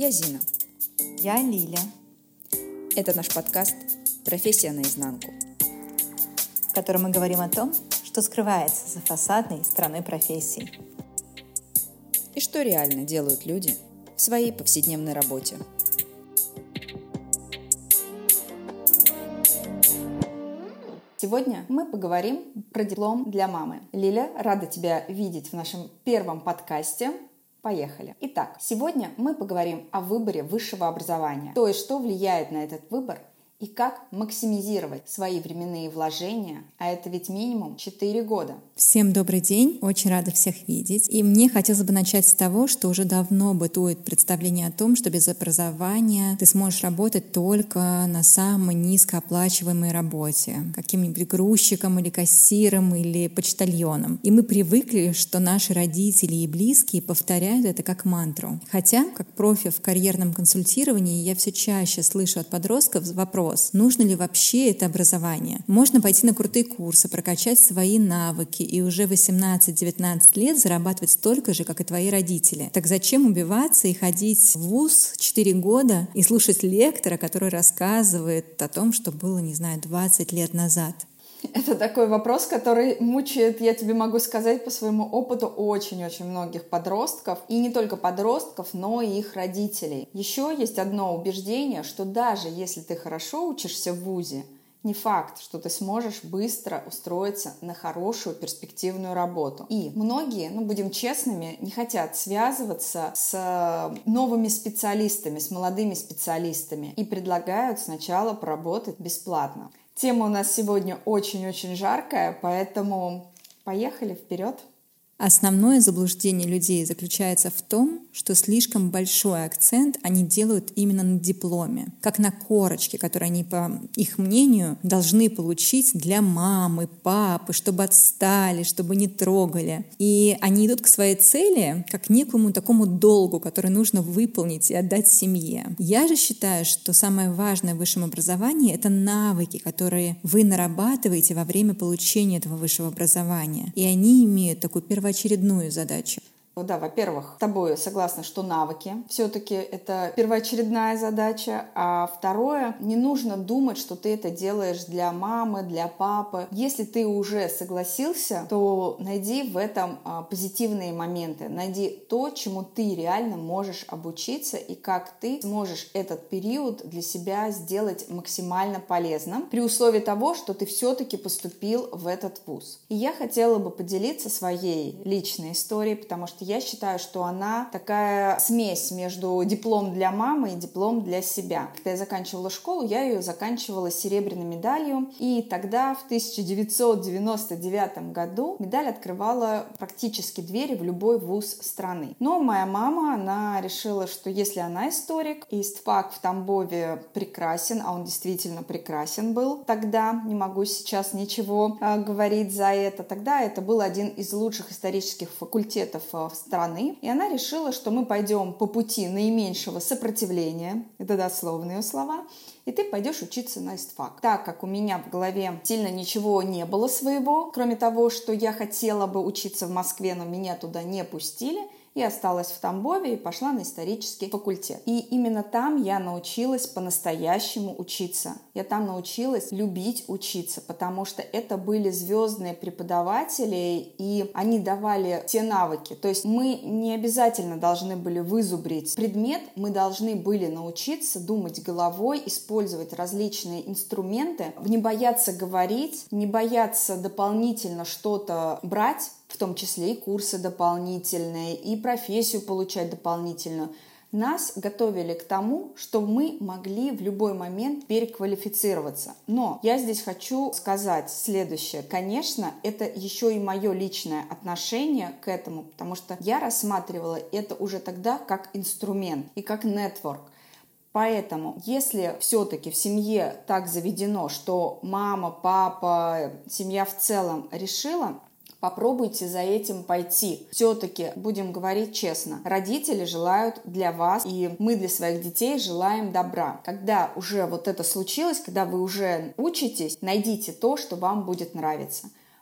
Я Зина. Я Лиля. Это наш подкаст «Профессия наизнанку», в котором мы говорим о том, что скрывается за фасадной стороной профессий. И что реально делают люди в своей повседневной работе. Сегодня мы поговорим про диплом для мамы. Лиля, рада тебя видеть в нашем первом подкасте. Поехали. Итак, сегодня мы поговорим о выборе высшего образования, то есть что влияет на этот выбор и как максимизировать свои временные вложения, а это ведь минимум 4 года. Всем добрый день, очень рада всех видеть. И мне хотелось бы начать с того, что уже давно бытует представление о том, что без образования ты сможешь работать только на самой низкооплачиваемой работе, каким-нибудь грузчиком или кассиром или почтальоном. И мы привыкли, что наши родители и близкие повторяют это как мантру. Хотя, как профи в карьерном консультировании, я все чаще слышу от подростков вопрос: нужно ли вообще это образование? Можно пойти на крутые курсы, прокачать свои навыки и уже 18-19 лет зарабатывать столько же, как и твои родители. Так зачем убиваться и ходить в вуз 4 года и слушать лектора, который рассказывает о том, что было, 20 лет назад? Это такой вопрос, который мучает, я тебе могу сказать по своему опыту, очень-очень многих подростков. И не только подростков, но и их родителей. Еще есть одно убеждение, что даже если ты хорошо учишься в вузе, не факт, что ты сможешь быстро устроиться на хорошую перспективную работу. И многие, будем честными, не хотят связываться с новыми специалистами, с молодыми специалистами и предлагают сначала поработать бесплатно. Тема у нас сегодня очень-очень жаркая, поэтому поехали вперед. Основное заблуждение людей заключается в том, что слишком большой акцент они делают именно на дипломе, как на корочке, которую они, по их мнению, должны получить для мамы, папы, чтобы отстали, чтобы не трогали. И они идут к своей цели как к некому такому долгу, который нужно выполнить и отдать семье. Я же считаю, что самое важное в высшем образовании — это навыки, которые вы нарабатываете во время получения этого высшего образования. И они имеют такую первоочередную задачу. Да, во-первых, с тобой согласна, что навыки все-таки это первоочередная задача, а второе, не нужно думать, что ты это делаешь для мамы, для папы. Если ты уже согласился, то найди в этом позитивные моменты, найди то, чему ты реально можешь обучиться и как ты сможешь этот период для себя сделать максимально полезным, при условии того, что ты все-таки поступил в этот вуз. И я хотела бы поделиться своей личной историей, потому что я считаю, что она такая смесь между диплом для мамы и диплом для себя. Когда я заканчивала школу, я ее заканчивала серебряной медалью. И тогда, в 1999 году, медаль открывала практически двери в любой вуз страны. Но моя мама, она решила, что если она историк, и ИСТФАК в Тамбове прекрасен, а он действительно прекрасен был тогда, не могу сейчас ничего говорить за это, тогда это был один из лучших исторических факультетов страны, и она решила, что мы пойдем по пути наименьшего сопротивления, это дословные слова, и ты пойдешь учиться на ИСТФАК. Так как у меня в голове сильно ничего не было своего, кроме того, что я хотела бы учиться в Москве, но меня туда не пустили, я осталась в Тамбове и пошла на исторический факультет. И именно там я научилась по-настоящему учиться. Я там научилась любить учиться, потому что это были звездные преподаватели, и они давали те навыки. То есть мы не обязательно должны были вызубрить предмет, мы должны были научиться думать головой, использовать различные инструменты, не бояться говорить, не бояться дополнительно что-то брать, в том числе и курсы дополнительные, и профессию получать дополнительную. Нас готовили к тому, что мы могли в любой момент переквалифицироваться. Но я здесь хочу сказать следующее. Конечно, это еще и мое личное отношение к этому, потому что я рассматривала это уже тогда как инструмент и как нетворк. Поэтому, если все-таки в семье так заведено, что мама, папа, семья в целом решила, попробуйте за этим пойти. Все-таки, будем говорить честно, родители желают для вас, и мы для своих детей желаем добра. Когда уже вот это случилось, когда вы уже учитесь, найдите то, что вам будет нравиться.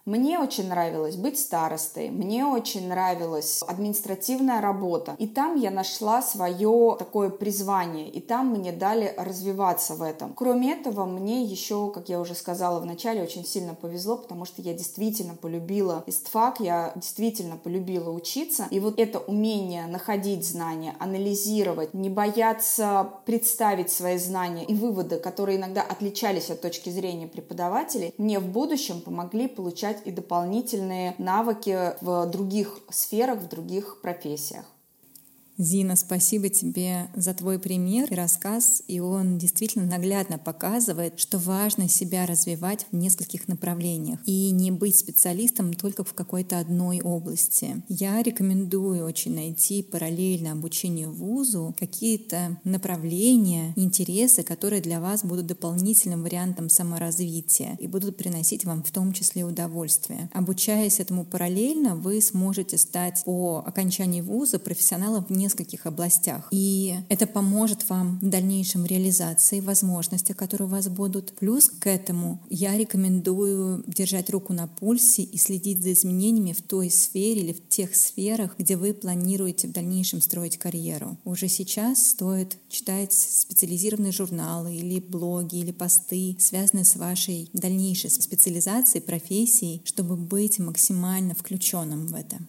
Мне очень нравилось быть старостой, мне очень нравилась административная работа. И там я нашла свое такое призвание, и там мне дали развиваться в этом. Кроме этого, мне еще, как я уже сказала в начале, очень сильно повезло, потому что я действительно полюбила истфак, я действительно полюбила учиться. И вот это умение находить знания, анализировать, не бояться представить свои знания и выводы, которые иногда отличались от точки зрения преподавателей, мне в будущем помогли получать и дополнительные навыки в других сферах, в других профессиях. Зина, спасибо тебе за твой пример и рассказ, и он действительно наглядно показывает, что важно себя развивать в нескольких направлениях и не быть специалистом только в какой-то одной области. Я рекомендую очень найти параллельно обучению вузу какие-то направления, интересы, которые для вас будут дополнительным вариантом саморазвития и будут приносить вам в том числе удовольствие. Обучаясь этому параллельно, вы сможете стать по окончании вуза профессионалом в нескольких областях. И это поможет вам в дальнейшем реализации возможностей, которые у вас будут. Плюс к этому я рекомендую держать руку на пульсе и следить за изменениями в той сфере или в тех сферах, где вы планируете в дальнейшем строить карьеру. Уже сейчас стоит читать специализированные журналы или блоги, или посты, связанные с вашей дальнейшей специализацией, профессией, чтобы быть максимально включенным в это.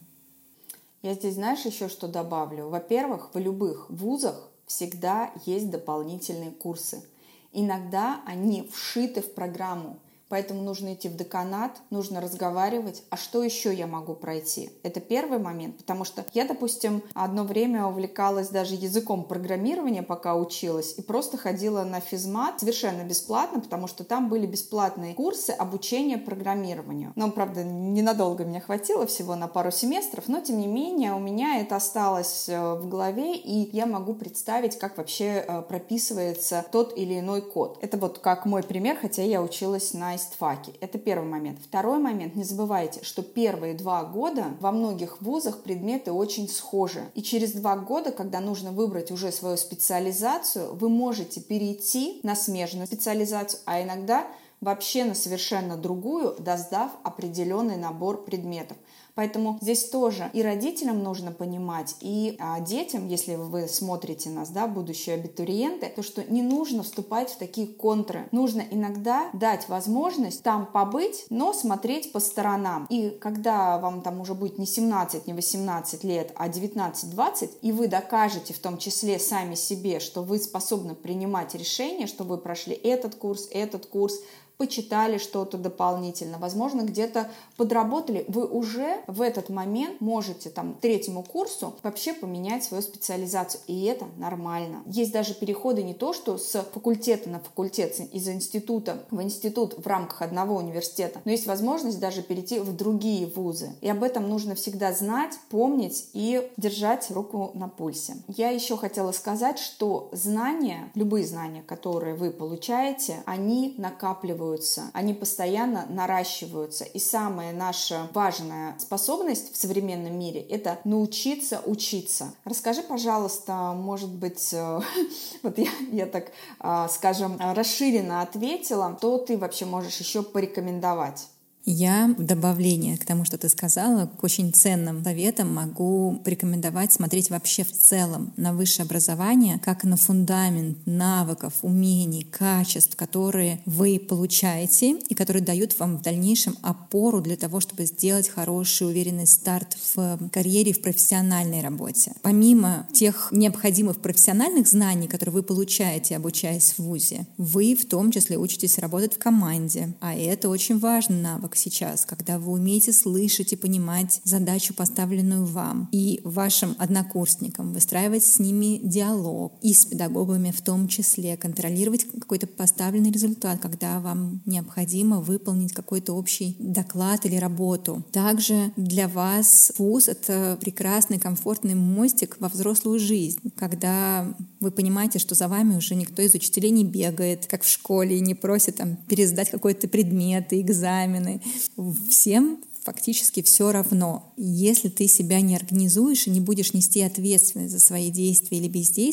Я здесь, знаешь, еще что добавлю? Во-первых, в любых вузах всегда есть дополнительные курсы. Иногда они вшиты в программу. Поэтому нужно идти в деканат, нужно разговаривать, а что еще я могу пройти? Это первый момент, потому что я, допустим, одно время увлекалась даже языком программирования, пока училась, и просто ходила на физмат совершенно бесплатно, потому что там были бесплатные курсы обучения программированию. Но, правда, ненадолго мне хватило, всего на пару семестров, но, тем не менее, у меня это осталось в голове, и я могу представить, как вообще прописывается тот или иной код. Это вот как мой пример, хотя я училась на истфаке. Это первый момент. Второй момент. Не забывайте, что первые 2 года во многих вузах предметы очень схожи. И через 2 года, когда нужно выбрать уже свою специализацию, вы можете перейти на смежную специализацию, а иногда вообще на совершенно другую, сдав определенный набор предметов. Поэтому здесь тоже и родителям нужно понимать, и детям, если вы смотрите нас, будущие абитуриенты, то что не нужно вступать в такие контры. Нужно иногда дать возможность там побыть, но смотреть по сторонам. И когда вам там уже будет не 17, не 18 лет, а 19-20, и вы докажете в том числе сами себе, что вы способны принимать решения, что вы прошли этот курс, почитали что-то дополнительно, возможно, где-то подработали, вы уже в этот момент можете там к 3-му курсу вообще поменять свою специализацию, и это нормально. Есть даже переходы не то, что с факультета на факультет, из института в институт в рамках одного университета, но есть возможность даже перейти в другие вузы. И об этом нужно всегда знать, помнить и держать руку на пульсе. Я еще хотела сказать, что знания, любые знания, которые вы получаете, они накапливаются, они постоянно наращиваются. И самая наша важная способность в современном мире — это научиться учиться. Расскажи, пожалуйста, может быть, вот я так, скажем, расширенно ответила, что ты вообще можешь еще порекомендовать? Я в добавление к тому, что ты сказала, к очень ценным советам могу порекомендовать смотреть вообще в целом на высшее образование как на фундамент навыков, умений, качеств, которые вы получаете и которые дают вам в дальнейшем опору для того, чтобы сделать хороший, уверенный старт в карьере, в профессиональной работе. Помимо тех необходимых профессиональных знаний, которые вы получаете, обучаясь в вузе, вы в том числе учитесь работать в команде, а это очень важный навык сейчас, когда вы умеете слышать и понимать задачу, поставленную вам, и вашим однокурсникам, выстраивать с ними диалог, и с педагогами в том числе, контролировать какой-то поставленный результат, когда вам необходимо выполнить какой-то общий доклад или работу. Также для вас вуз — это прекрасный, комфортный мостик во взрослую жизнь, когда вы понимаете, что за вами уже никто из учителей не бегает, как в школе, и не просит пересдать какой-то предмет, экзамены. Всем фактически все равно. Если ты себя не организуешь и не будешь нести ответственность за свои действия или бездействия,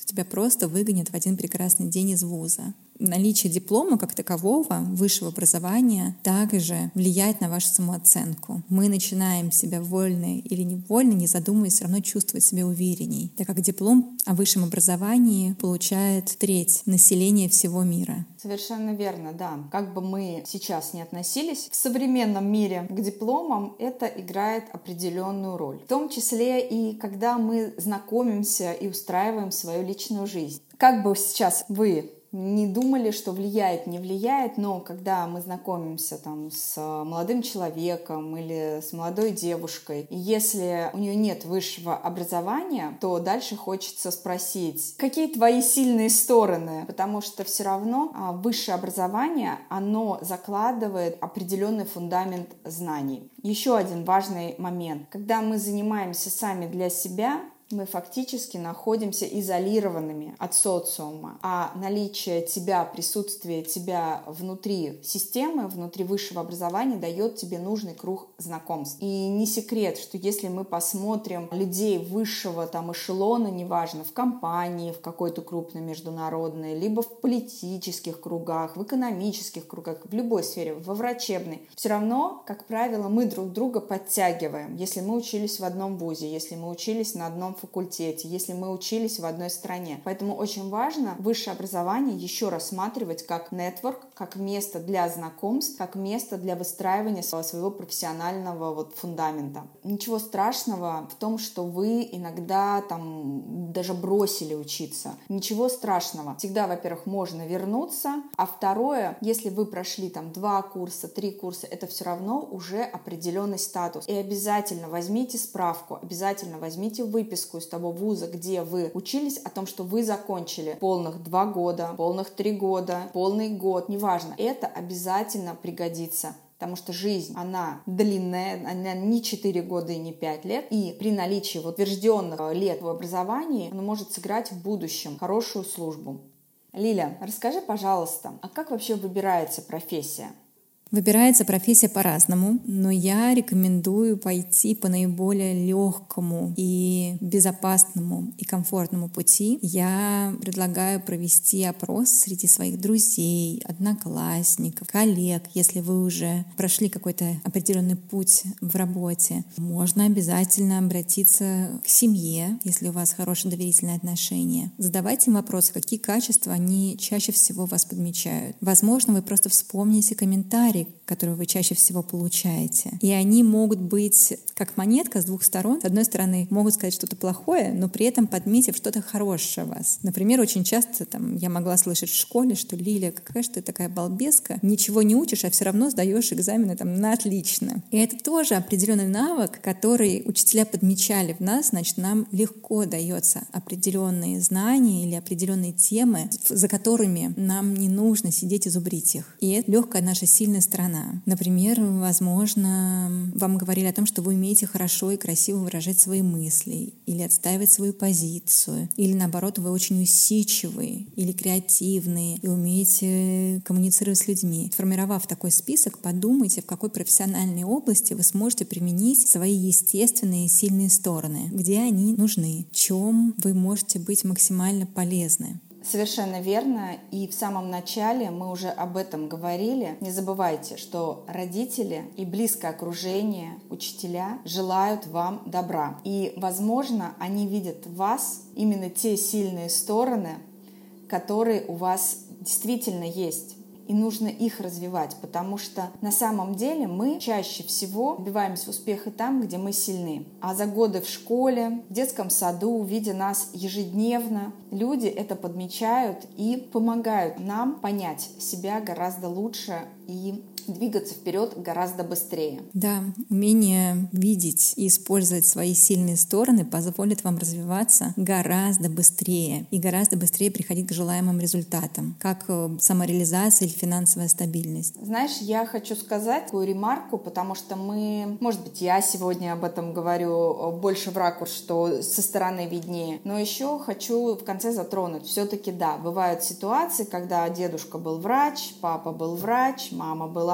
что тебя просто выгонят в один прекрасный день из вуза. Наличие диплома как такового, высшего образования, также влияет на вашу самооценку. Мы начинаем себя вольно или невольно, не задумываясь, все равно чувствовать себя уверенней, так как диплом о высшем образовании получает треть населения всего мира. Совершенно верно, да. Как бы мы сейчас не относились, в современном мире к дипломам это играет определенную роль. В том числе и когда мы знакомимся и устраиваем свою личную жизнь. Как бы сейчас вы не думали, что влияет, не влияет, но когда мы знакомимся там с молодым человеком или с молодой девушкой, и если у нее нет высшего образования, то дальше хочется спросить, какие твои сильные стороны? Потому что все равно высшее образование, оно закладывает определенный фундамент знаний. Еще один важный момент. Когда мы занимаемся сами для себя, мы фактически находимся изолированными от социума, а наличие тебя, присутствие тебя внутри системы, внутри высшего образования дает тебе нужный круг знакомств. И не секрет, что если мы посмотрим людей высшего там эшелона, неважно, в компании, в какой-то крупной международной, либо в политических кругах, в экономических кругах, в любой сфере, во врачебной, все равно, как правило, мы друг друга подтягиваем. Если мы учились в одном вузе, если мы учились на одном факультете, если мы учились в одной стране. Поэтому очень важно высшее образование еще рассматривать как нетворк, как место для знакомств, как место для выстраивания своего профессионального фундамента. Ничего страшного в том, что вы иногда там даже бросили учиться. Ничего страшного. Всегда, во-первых, можно вернуться, а второе, если вы прошли там 2 курса, 3 курса, это все равно уже определенный статус. И обязательно возьмите справку, обязательно возьмите выписку из того вуза, где вы учились, о том, что вы закончили полных 2 года, полных 3 года, полный год, неважно. Это обязательно пригодится. Потому что жизнь, она длинная, она не 4 года и не 5 лет. И при наличии утвержденных лет в образовании она может сыграть в будущем хорошую службу. Лиля, расскажи, пожалуйста, а как вообще выбирается профессия? Выбирается профессия по-разному, но я рекомендую пойти по наиболее легкому и безопасному и комфортному пути. Я предлагаю провести опрос среди своих друзей, одноклассников, коллег, если вы уже прошли какой-то определенный путь в работе. Можно обязательно обратиться к семье, если у вас хорошие доверительные отношения. Задавайте им вопросы, какие качества они чаще всего вас подмечают. Возможно, вы просто вспомните комментарии, которые вы чаще всего получаете. И они могут быть как монетка с двух сторон. С одной стороны, могут сказать что-то плохое, но при этом подметив что-то хорошее в вас. Например, очень часто я могла слышать в школе, что «Лиля, какая же ты такая балбеска, ничего не учишь, а все равно сдаешь экзамены на отлично». И это тоже определенный навык, который учителя подмечали в нас, значит, нам легко дается определенные знания или определенные темы, за которыми нам не нужно сидеть и зубрить их. И это легкая наша сильная сторона. Например, возможно, вам говорили о том, что вы умеете хорошо и красиво выражать свои мысли или отстаивать свою позицию, или наоборот, вы очень усидчивые или креативные и умеете коммуницировать с людьми. Сформировав такой список, подумайте, в какой профессиональной области вы сможете применить свои естественные сильные стороны, где они нужны, в чем вы можете быть максимально полезны. Совершенно верно. И в самом начале мы уже об этом говорили. Не забывайте, что родители и близкое окружение, учителя желают вам добра. И, возможно, они видят в вас именно те сильные стороны, которые у вас действительно есть. И нужно их развивать, потому что на самом деле мы чаще всего добиваемся успеха там, где мы сильны. А за годы в школе, в детском саду, видя нас ежедневно, люди это подмечают и помогают нам понять себя гораздо лучше и двигаться вперед гораздо быстрее. Да, умение видеть и использовать свои сильные стороны позволит вам развиваться гораздо быстрее и гораздо быстрее приходить к желаемым результатам, как самореализация или финансовая стабильность. Знаешь, я хочу сказать такую ремарку, потому что может быть, я сегодня об этом говорю больше в ракурс, что со стороны виднее, но еще хочу в конце затронуть. Все-таки да, бывают ситуации, когда дедушка был врач, папа был врач, мама была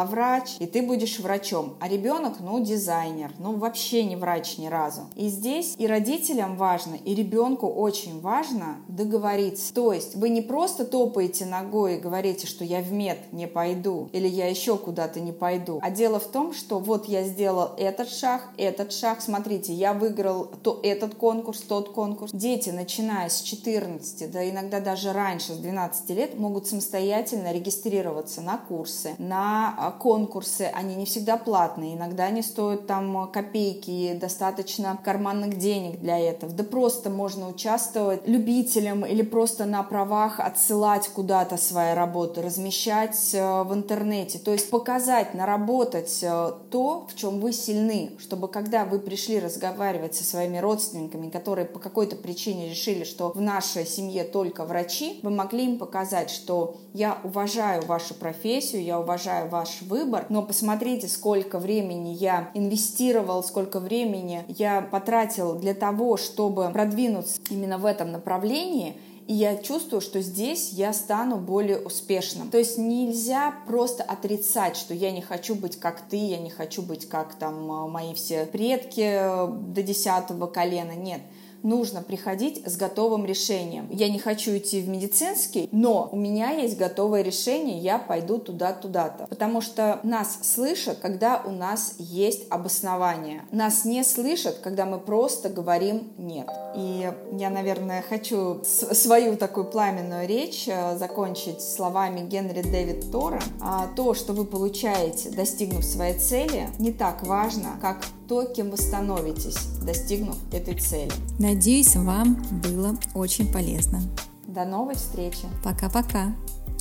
главврач, и ты будешь врачом, а ребенок, дизайнер, вообще не врач ни разу. И здесь и родителям важно, и ребенку очень важно договориться. То есть вы не просто топаете ногой и говорите, что я в мед не пойду, или я еще куда-то не пойду, а дело в том, что вот я сделал этот шаг, смотрите, я выиграл этот конкурс, тот конкурс. Дети, начиная с 14, да иногда даже раньше, с 12 лет, могут самостоятельно регистрироваться на курсы, на конкурсы. Они не всегда платные, иногда они стоят там копейки, достаточно карманных денег для этого. Да просто можно участвовать любителям или просто на правах отсылать куда-то свои работы, размещать в интернете. То есть показать, наработать то, в чем вы сильны, чтобы когда вы пришли разговаривать со своими родственниками, которые по какой-то причине решили, что в нашей семье только врачи, вы могли им показать, что я уважаю вашу профессию, я уважаю ваш выбор, но посмотрите, сколько времени я инвестировал, сколько времени я потратил для того, чтобы продвинуться именно в этом направлении, и я чувствую, что здесь я стану более успешным. То есть нельзя просто отрицать, что я не хочу быть как ты, я не хочу быть как там мои все предки до 10-го колена. Нет. Нужно приходить с готовым решением. Я не хочу идти в медицинский, но у меня есть готовое решение, я пойду туда-туда-то. Потому что нас слышат, когда у нас есть обоснование. Нас не слышат, когда мы просто говорим «нет». И я, наверное, хочу свою такую пламенную речь закончить словами Генри Дэвид Тора. То, что вы получаете, достигнув своей цели, не так важно, как то, кем вы становитесь, достигнув этой цели. Надеюсь, вам было очень полезно. До новой встречи. Пока-пока.